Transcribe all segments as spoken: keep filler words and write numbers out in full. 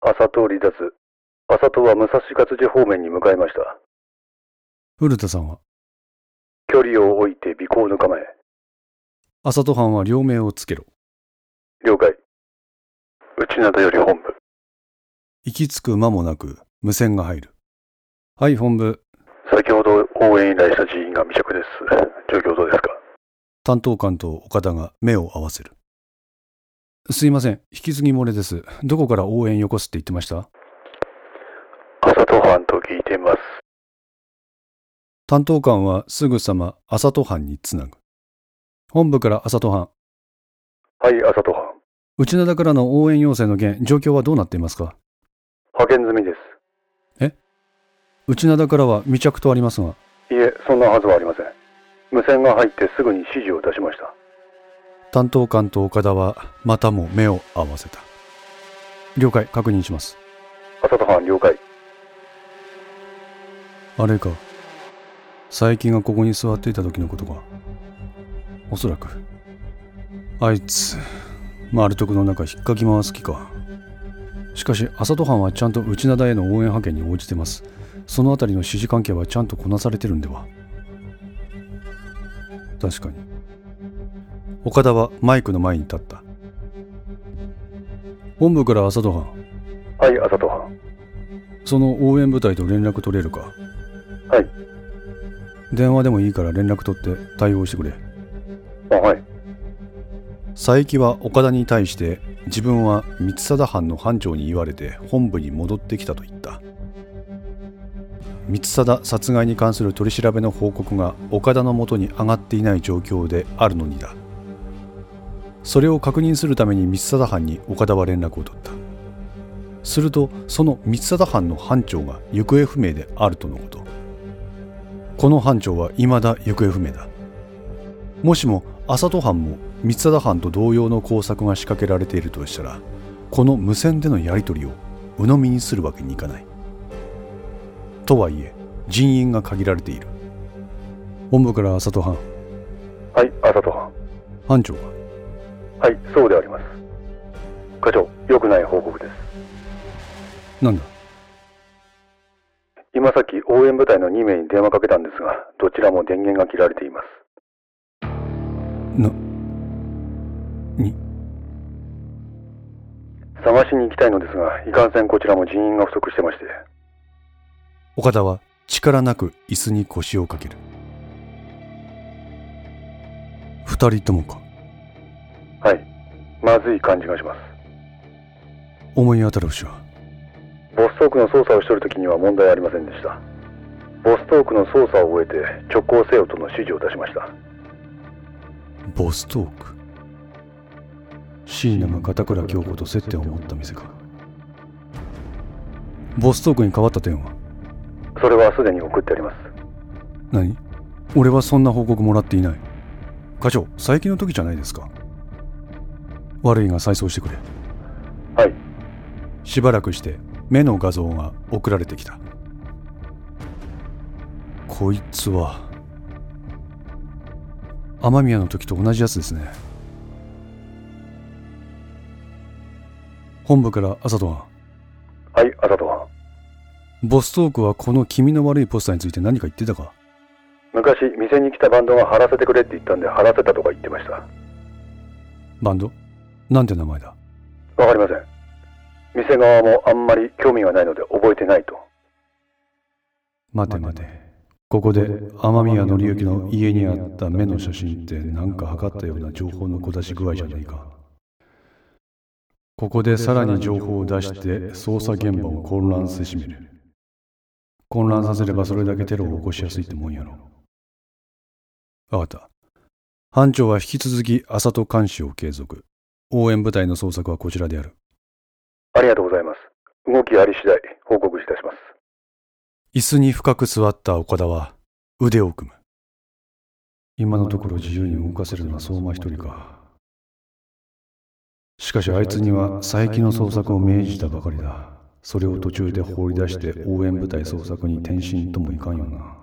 朝と離脱。朝とは武蔵勝寺方面に向かいました。 古田さんは？ 距離を置いて尾行の構え。 朝と班は両名をつけろ。 了解。内灘より本部。 行き着く間もなく無線が入る。はい本部。 先ほど応援依頼した人員が未着です。状況どうですか？ 担当官と岡田が目を合わせる。すいません、引き継ぎ漏れです。どこから応援よこすって言ってました？ 朝と班と聞いています。 担当官はすぐさま朝と班につなぐ。本部から朝と班。 はい、朝と班。 内灘からの応援要請の件、状況はどうなっていますか？ 派遣済みです。 え？内灘からは未着とありますが。 いえ、そんなはずはありません。無線が入ってすぐに指示を出しました。 担当官と岡田はまたも目を合わせた。了解、確認します。 朝と班了解。 あれか、佐伯がここに座っていた時のことか。おそらくあいつ丸徳の中引っかき回す気か。しかし朝と班はちゃんと内灘への応援派遣に応じてます。そのあたりの指示関係はちゃんとこなされてるんでは。確かに。岡田はマイクの前に立った。本部から朝と班。 はい、朝と班。 その応援部隊と連絡取れるか？ はい。 電話でもいいから連絡取って対応してくれ。 あ、はい。 佐伯は岡田に対して自分は三貞藩の藩長に言われて本部に戻ってきたと言った。三貞殺害に関する取り調べの報告が岡田のもとに上がっていない状況であるのにだ。それを確認するために三貞藩に岡田は連絡を取った。するとその三貞藩の藩長が行方不明であるとのこと。この藩長は未だ行方不明だ。もしも朝戸藩も三貞藩と同様の工作が仕掛けられているとしたら、この無線でのやり取りを鵜呑みにするわけにいかない。とはいえ人員が限られている。本部から朝戸藩。 はい、朝と班。 班長が。 はい、そうであります。課長、良くない報告です。 なんだ？ 今さっき応援部隊のに名に電話かけたんですが、どちらも電源が切られています。 な、に探しに行きたいのですが、いかんせんこちらも人員が不足してまして。 岡田は力なく椅子に腰をかける。二人ともか？ はい、まずい感じがします。 思い当たる節は？ ボストークの捜査をしているときには問題ありませんでした。ボストークの捜査を終えて直行せよとの指示を出しました。 ボストーク？椎名が片倉京子と接点を持った店か。ボストークに変わった点は？ それはすでに送ってあります。 何？俺はそんな報告もらっていない。課長、佐伯の時じゃないですか。悪いが再送してくれ。 はい。 しばらくして目の画像が送られてきた。こいつは雨宮の時と同じやつですね。本部から朝戸は。 はい、朝とは。 ボストークはこの気味の悪いポスターについて何か言ってたか？ 昔店に来たバンドが貼らせてくれって言ったんで貼らせたとか言ってました。 バンド？なんて名前だ？ わかりません。店側もあんまり興味がないので覚えてないと。 待て待て。ここで雨宮則之の家にあった目の写真って何か測ったような情報の小出し具合じゃないか。ここでさらに情報を出して捜査現場を混乱せしめる。混乱させればそれだけテロを起こしやすいってもんやろ。わかった。班長は引き続き朝戸監視を継続。応援部隊の捜索はこちらである。 ありがとうございます。動きあり次第報告いたします。 椅子に深く座った岡田は腕を組む。今のところ自由に動かせるのは相馬一人か。しかしあいつには佐伯の捜索を命じたばかりだ。それを途中で放り出して応援部隊捜索に転身ともいかんよな。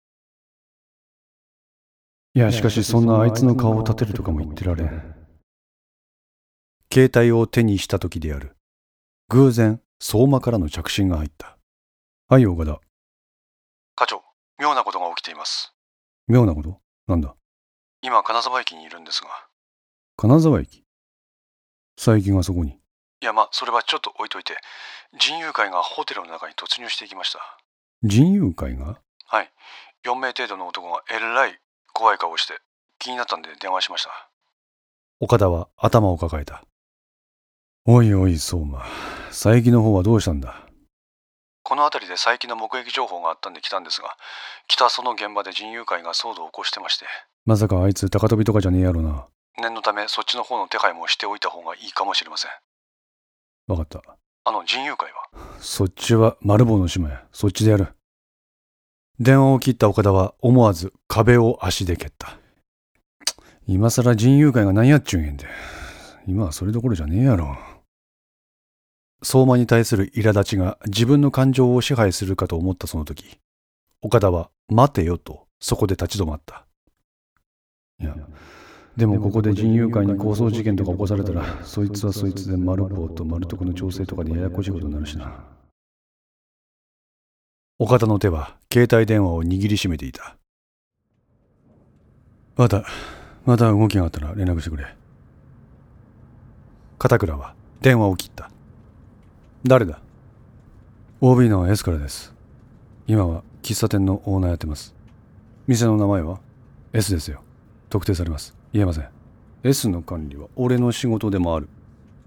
いやしかしそんなあいつの顔を立てるとかも言ってられん。携帯を手にした時である。偶然相馬からの着信が入った。はい、岡田。 課長、妙なことが起きています。 妙なこと？なんだ？ 今、金沢駅にいるんですが。 金沢駅？佐伯がそこに？ いや、まあ、それはちょっと置いといて、人友会がホテルの中に突入していきました。 人友会が？ はい。よん名程度の男がえらい怖い顔をして、気になったんで電話しました。 岡田は頭を抱えた。おいおい、相馬。佐伯の方はどうしたんだ？ この辺りで佐伯の目撃情報があったんで来たんですが、来たその現場で人友会が騒動を起こしてまして。 まさかあいつ高飛びとかじゃねえやろな。 念のためそっちの方の手配もしておいた方がいいかもしれません。 わかった。 あの人友会は？ そっちは丸坊の島や。そっちでやる。電話を切った岡田は思わず壁を足で蹴った。今さら人友会が何やっちゅうんへんで。今はそれどころじゃねえやろ。相馬に対する苛立ちが自分の感情を支配するかと思ったその時、岡田は待てよとそこで立ち止まった。いや、でもここで人友会に抗争事件とか起こされたら、そいつはそいつで丸坊と丸徳の調整とかでややこしいことになるしな。岡田の手は携帯電話を握りしめていた。また、また動きがあったら連絡してくれ。片倉は電話を切った。誰だ？ オービー の S からです。今は喫茶店のオーナーやってます。店の名前は S ですよ。特定されます。言えません。S の管理は俺の仕事でもある。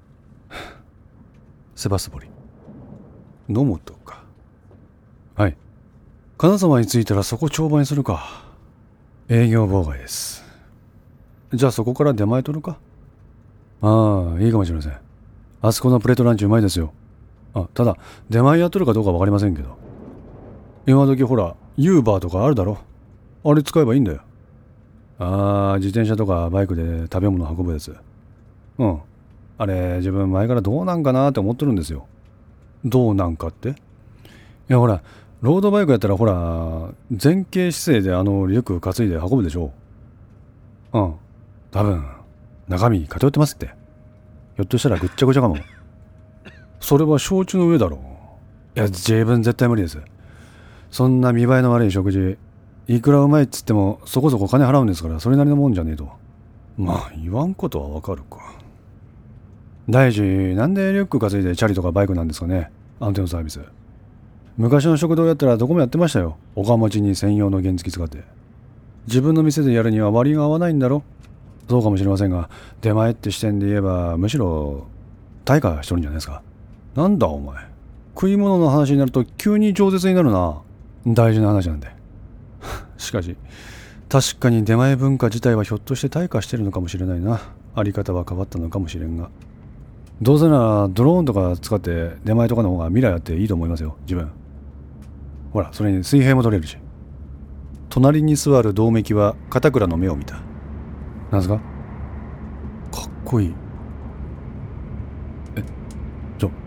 セバスボリ。野本か。はい。金沢に着いたらそこ帳場にするか。営業妨害です。じゃあそこから出前取るか。ああ、いいかもしれません。あそこのプレートランチうまいですよ。あ、ただ出前やっとるかどうかわかりませんけど。今時ほらユーバーとかあるだろ。あれ使えばいいんだよ。ああ、自転車とかバイクで食べ物運ぶやつ。うん。あれ自分前からどうなんかなって思ってるんですよ。どうなんかって？いやほらロードバイクやったらほら前傾姿勢であのリュック担いで運ぶでしょ。うん。多分中身偏ってますって。ひょっとしたらぐっちゃぐちゃかも。それは承知の上だろう。いや自分絶対無理です。そんな見栄えの悪い食事いくらうまいっつってもそこそこ金払うんですから、それなりのもんじゃねえと。まあ言わんことはわかるか。大事なんでリュック担いでチャリとかバイクなんですかね。アンテナサービス昔の食堂やったらどこもやってましたよ。おかもちに専用の原付使って。自分の店でやるには割が合わないんだろ。そうかもしれませんが、出前って視点で言えばむしろ対価しとるんじゃないですか。なんだお前、食い物の話になると急に饒舌になるな。大事な話なんで。しかし確かに出前文化自体はひょっとして退化してるのかもしれないな。あり方は変わったのかもしれんが、どうせならドローンとか使って出前とかの方が未来あっていいと思いますよ自分。ほらそれに水平も取れるし。隣に座る百目鬼は片倉の目を見た。なんすか？かっこいい。えちょ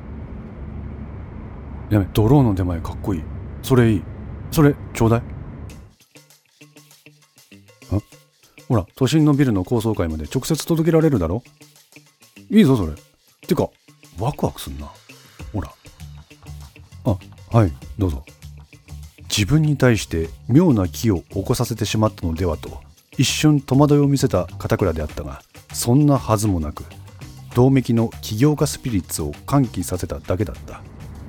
やめ、ドローンの出前かっこいい。それいい。それちょうだい。あ、ほら都心のビルの高層階まで直接届けられるだろ。いいぞそれ。てかワクワクすんな。ほら。あ、はいどうぞ。自分に対して妙な気を起こさせてしまったのではと一瞬戸惑いを見せた片倉であったが、そんなはずもなく百目鬼の起業家スピリッツを喚起させただけだった。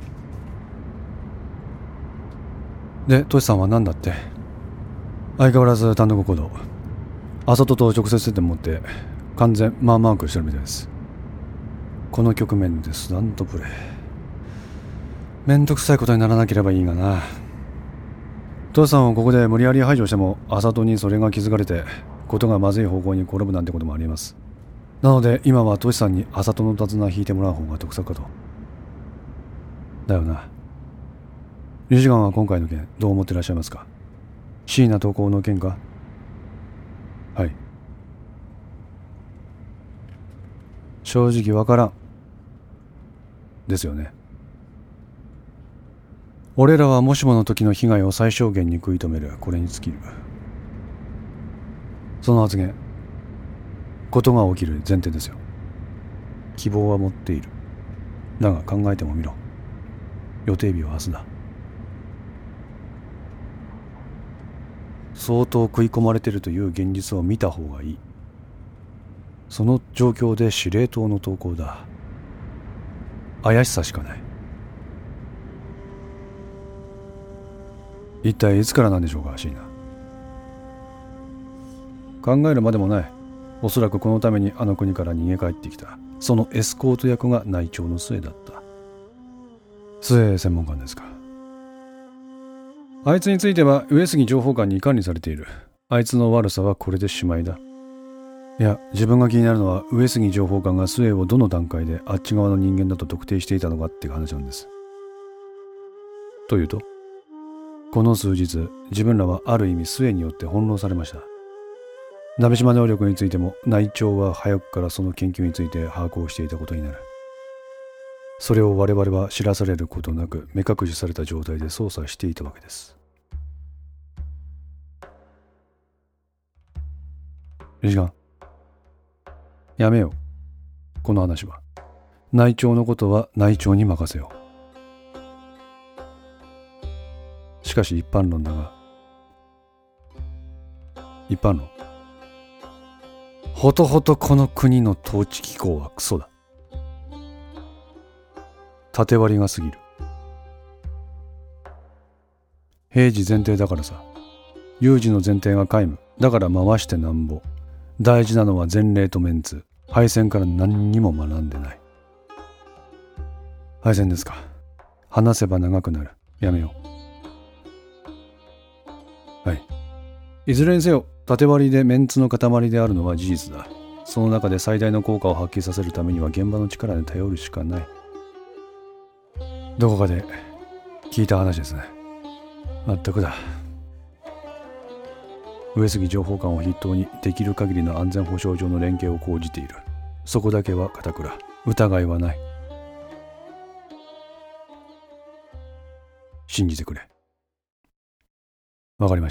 でトシさんは何だって？相変わらず単独行動。あさとと直接接点持って完全マーマークしてるみたいです。この局面でスタンドプレー、めんどくさいことにならなければいいがな。トシさんをここで無理やり排除してもあさとにそれが気づかれてことがまずい方向に転ぶなんてこともありえます。なので今はトシさんにあさとの手綱引いてもらう方が得策かと。だよな。理事官は今回の件どう思ってらっしゃいますか？椎名投稿の件か？はい。正直わからんですよね。俺らはもしもの時の被害を最小限に食い止める、これに尽きる。その発言、ことが起きる前提ですよ。希望は持っている。 だが考えてもみろ。予定日は明日だ。相当食い込まれているという現実を見た方がいい。その状況で司令塔の投稿だ。怪しさしかない。一体いつからなんでしょうか、椎名。考えるまでもない。おそらくこのためにあの国から逃げ帰ってきた。そのエスコート役が内調の末だった。末専門官ですか。あいつについては上杉情報官に管理されている。あいつの悪さはこれでしまいだ。いや、自分が気になるのは上杉情報官が末をどの段階であっち側の人間だと特定していたのかって話なんです。というと、この数日自分らはある意味末によって翻弄されました。鍋島能力についても内調は早くからその研究について把握をしていたことになる。それを我々は知らされることなく目隠しされた状態で操作していたわけです。リジガン、やめよう。この話は。内調のことは内調に任せよう。しかし一般論だが、一般論。ほとほとこの国の統治機構はクソだ。縦割りが過ぎる。平時前提だからさ。有事の前提が皆無。だから回してなんぼ。大事なのは前例とメンツ。敗戦から何にも学んでない。敗戦ですか。話せば長くなる。やめよう。はい。いずれにせよ、縦割りでメンツの塊であるのは事実だ。その中で最大の効果を発揮させるためには現場の力に頼るしかない。どこかで聞いた話ですね。まったくだ。上杉情報官を筆頭にできる限りの安全保障上の連携を講じている。そこだけは固くら。疑いはない。信じてくれ。わかりました。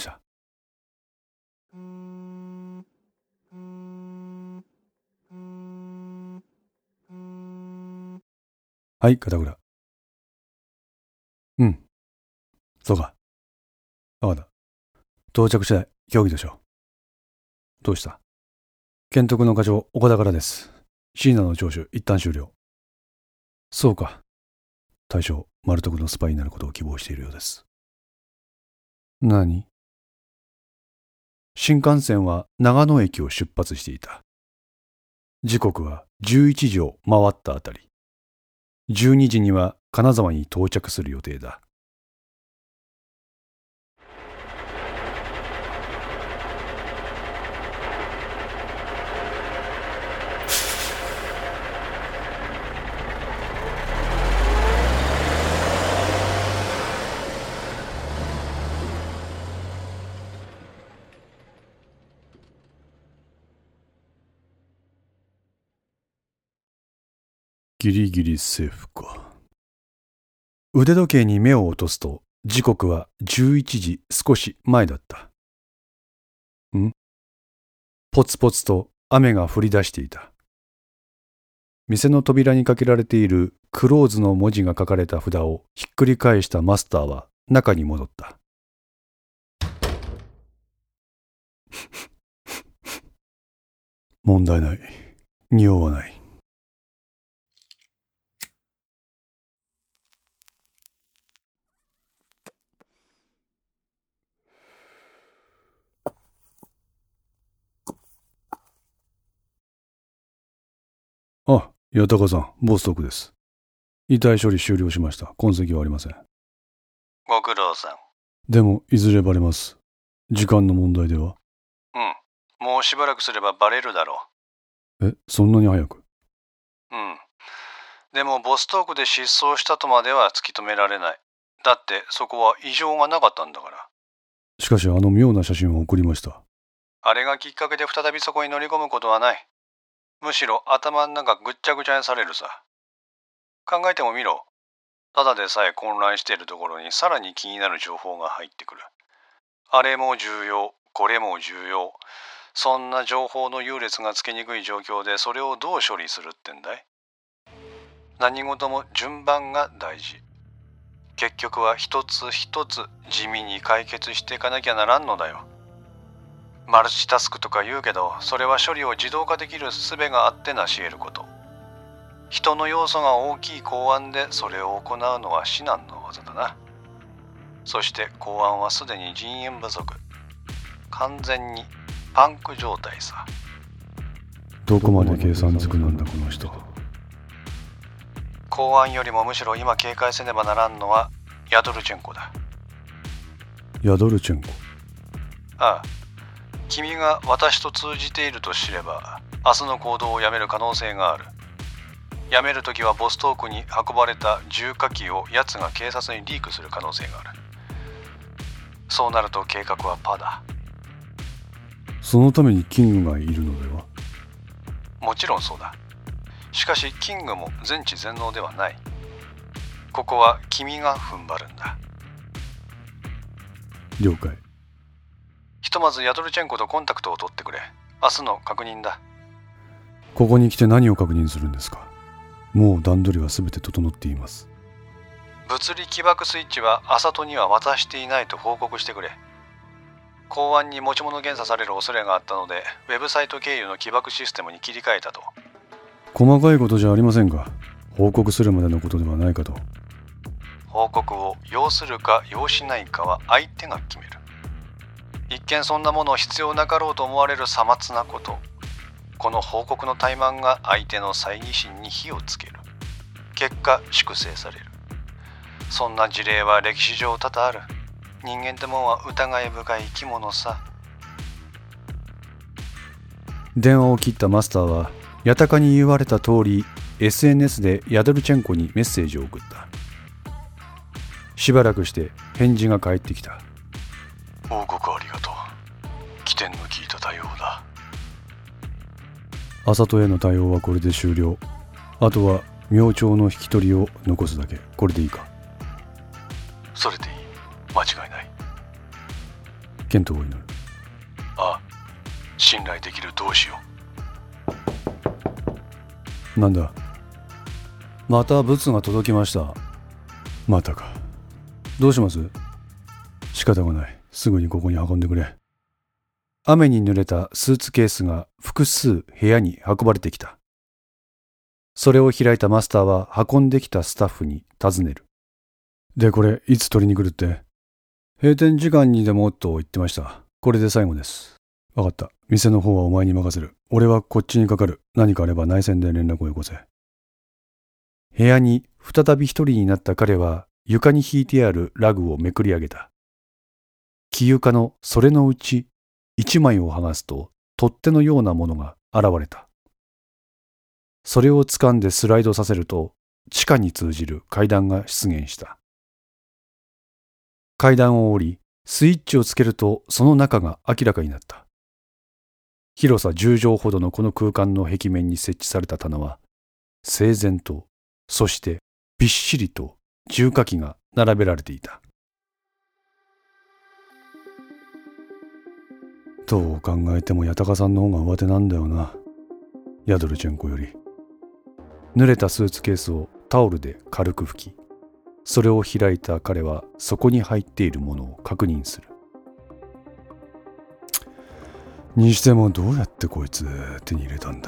はい、片倉。うん。そうか。わかった。到着次第、協議でしょう。どうした？建徳の課長、岡田からです。椎名の聴取、一旦終了。そうか。大将、丸徳のスパイになることを希望しているようです。何？新幹線は長野駅を出発していた。時刻はじゅういちじを回ったあたり。じゅうにじには金沢に到着する予定だ。ギリギリセーフか。腕時計に目を落とすと時刻はじゅういちじ少し前だった。ん？ポツポツと雨が降り出していた。店の扉にかけられているクローズの文字が書かれた札をひっくり返したマスターは中に戻った。問題ない。匂わない。あ、八高さん、ボストークです。遺体処理終了しました。痕跡はありません。 ご苦労さん。 でも、いずれバレます。時間の問題では。 うん。もうしばらくすればバレるだろう。え、そんなに早く？ うん。でも、ボストークで失踪したとまでは突き止められない。だって、そこは異常がなかったんだから。 しかし、あの妙な写真を送りました。 あれがきっかけで再びそこに乗り込むことはない。むしろ頭の中ぐっちゃぐちゃにされるさ。考えてもみろ。ただでさえ混乱しているところにさらに気になる情報が入ってくる。あれも重要、これも重要。そんな情報の優劣がつけにくい状況でそれをどう処理するってんだい？ 何事も順番が大事。結局は一つ一つ地味に解決していかなきゃならんのだよ。マルチタスクとか言うけど、それは処理を自動化できる術があって成し得ること。人の要素が大きい公安でそれを行うのは至難の技だな。そして公安はすでに人員不足。完全にパンク状態さ。 どこまで計算づくなんだこの人。 公安よりもむしろ今警戒せねばならんのはヤドルチェンコだ。 ヤドルチェンコ。 ああ、君が私と通じていると知れば明日の行動をやめる可能性がある。やめるときはボストークに運ばれた重火器を奴が警察にリークする可能性がある。そうなると計画はパーだ。 そのためにキングがいるのでは？ もちろんそうだ。しかしキングも全知全能ではない。ここは君が踏ん張るんだ。 了解。 ひとまずヤドルチェンコとコンタクトを取ってくれ。明日の確認だ。 ここに来て何を確認するんですか？もう段取りは全て整っています。 物理起爆スイッチはアサトには渡していないと報告してくれ。公安に持ち物検査される恐れがあったので、ウェブサイト経由の起爆システムに切り替えたと。 細かいことじゃありませんが、報告するまでのことではないかと。 報告を要するか要しないかは相手が決める。一見そんなもの必要なかろうと思われるさまつなこと。この報告の怠慢が相手の猜疑心に火をつける。結果粛清される。そんな事例は歴史上多々ある。人間ってもんは疑い深い生き物さ。 電話を切ったマスターは八鷹に言われた通り エスエヌエス でヤドルチェンコにメッセージを送った。しばらくして返事が返ってきた。 報告ありがとう。起点の効いた対応だ。 アサトへの対応はこれで終了。あとは明朝の引き取りを残すだけ。これでいいか？ それでいい。間違いない。 健闘を祈る。 ああ、信頼できる同志よ。 なんだ？また物が届きました。またか。どうします？仕方がない。すぐにここに運んでくれ。雨に濡れたスーツケースが複数部屋に運ばれてきた。それを開いたマスターは運んできたスタッフに尋ねる。で、これいつ取りに来るって？閉店時間にでもと言ってました。これで最後です。わかった。店の方はお前に任せる。俺はこっちにかかる。何かあれば内線で連絡をよこせ。部屋に再び一人になった彼は床に引いてあるラグをめくり上げた。木床のそれのうち一枚を剥がすと取っ手のようなものが現れた。それを掴んでスライドさせると地下に通じる階段が出現した。階段を降りスイッチをつけるとその中が明らかになった。広さじゅうじょうほどのこの空間の壁面に設置された棚は整然と、そしてびっしりと重火器が並べられていた。どう考えても八鷹さんの方が上手なんだよな。ヤドルチェンコより。濡れたスーツケースをタオルで軽く拭き、それを開いた彼はそこに入っているものを確認する。にしてもどうやってこいつ手に入れたんだ。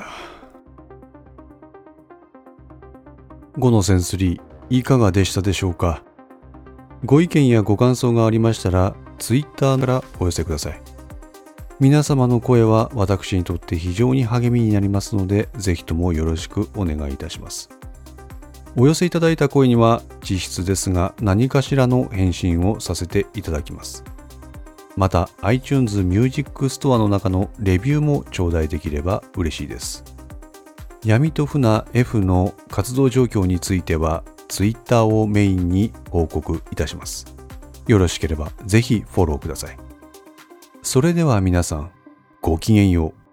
ごのセンスリーいかがでしたでしょうか。ご意見やご感想がありましたらツイッターからお寄せください。皆様の声は私にとって非常に励みになりますので、ぜひともよろしくお願いいたします。お寄せいただいた声には実質ですが何かしらの返信をさせていただきます。また iTunes Music Store の中のレビューも頂戴できれば嬉しいです。闇と船 F の活動状況については Twitter をメインに報告いたします。よろしければぜひフォローください。それでは皆さん、ごきげんよう。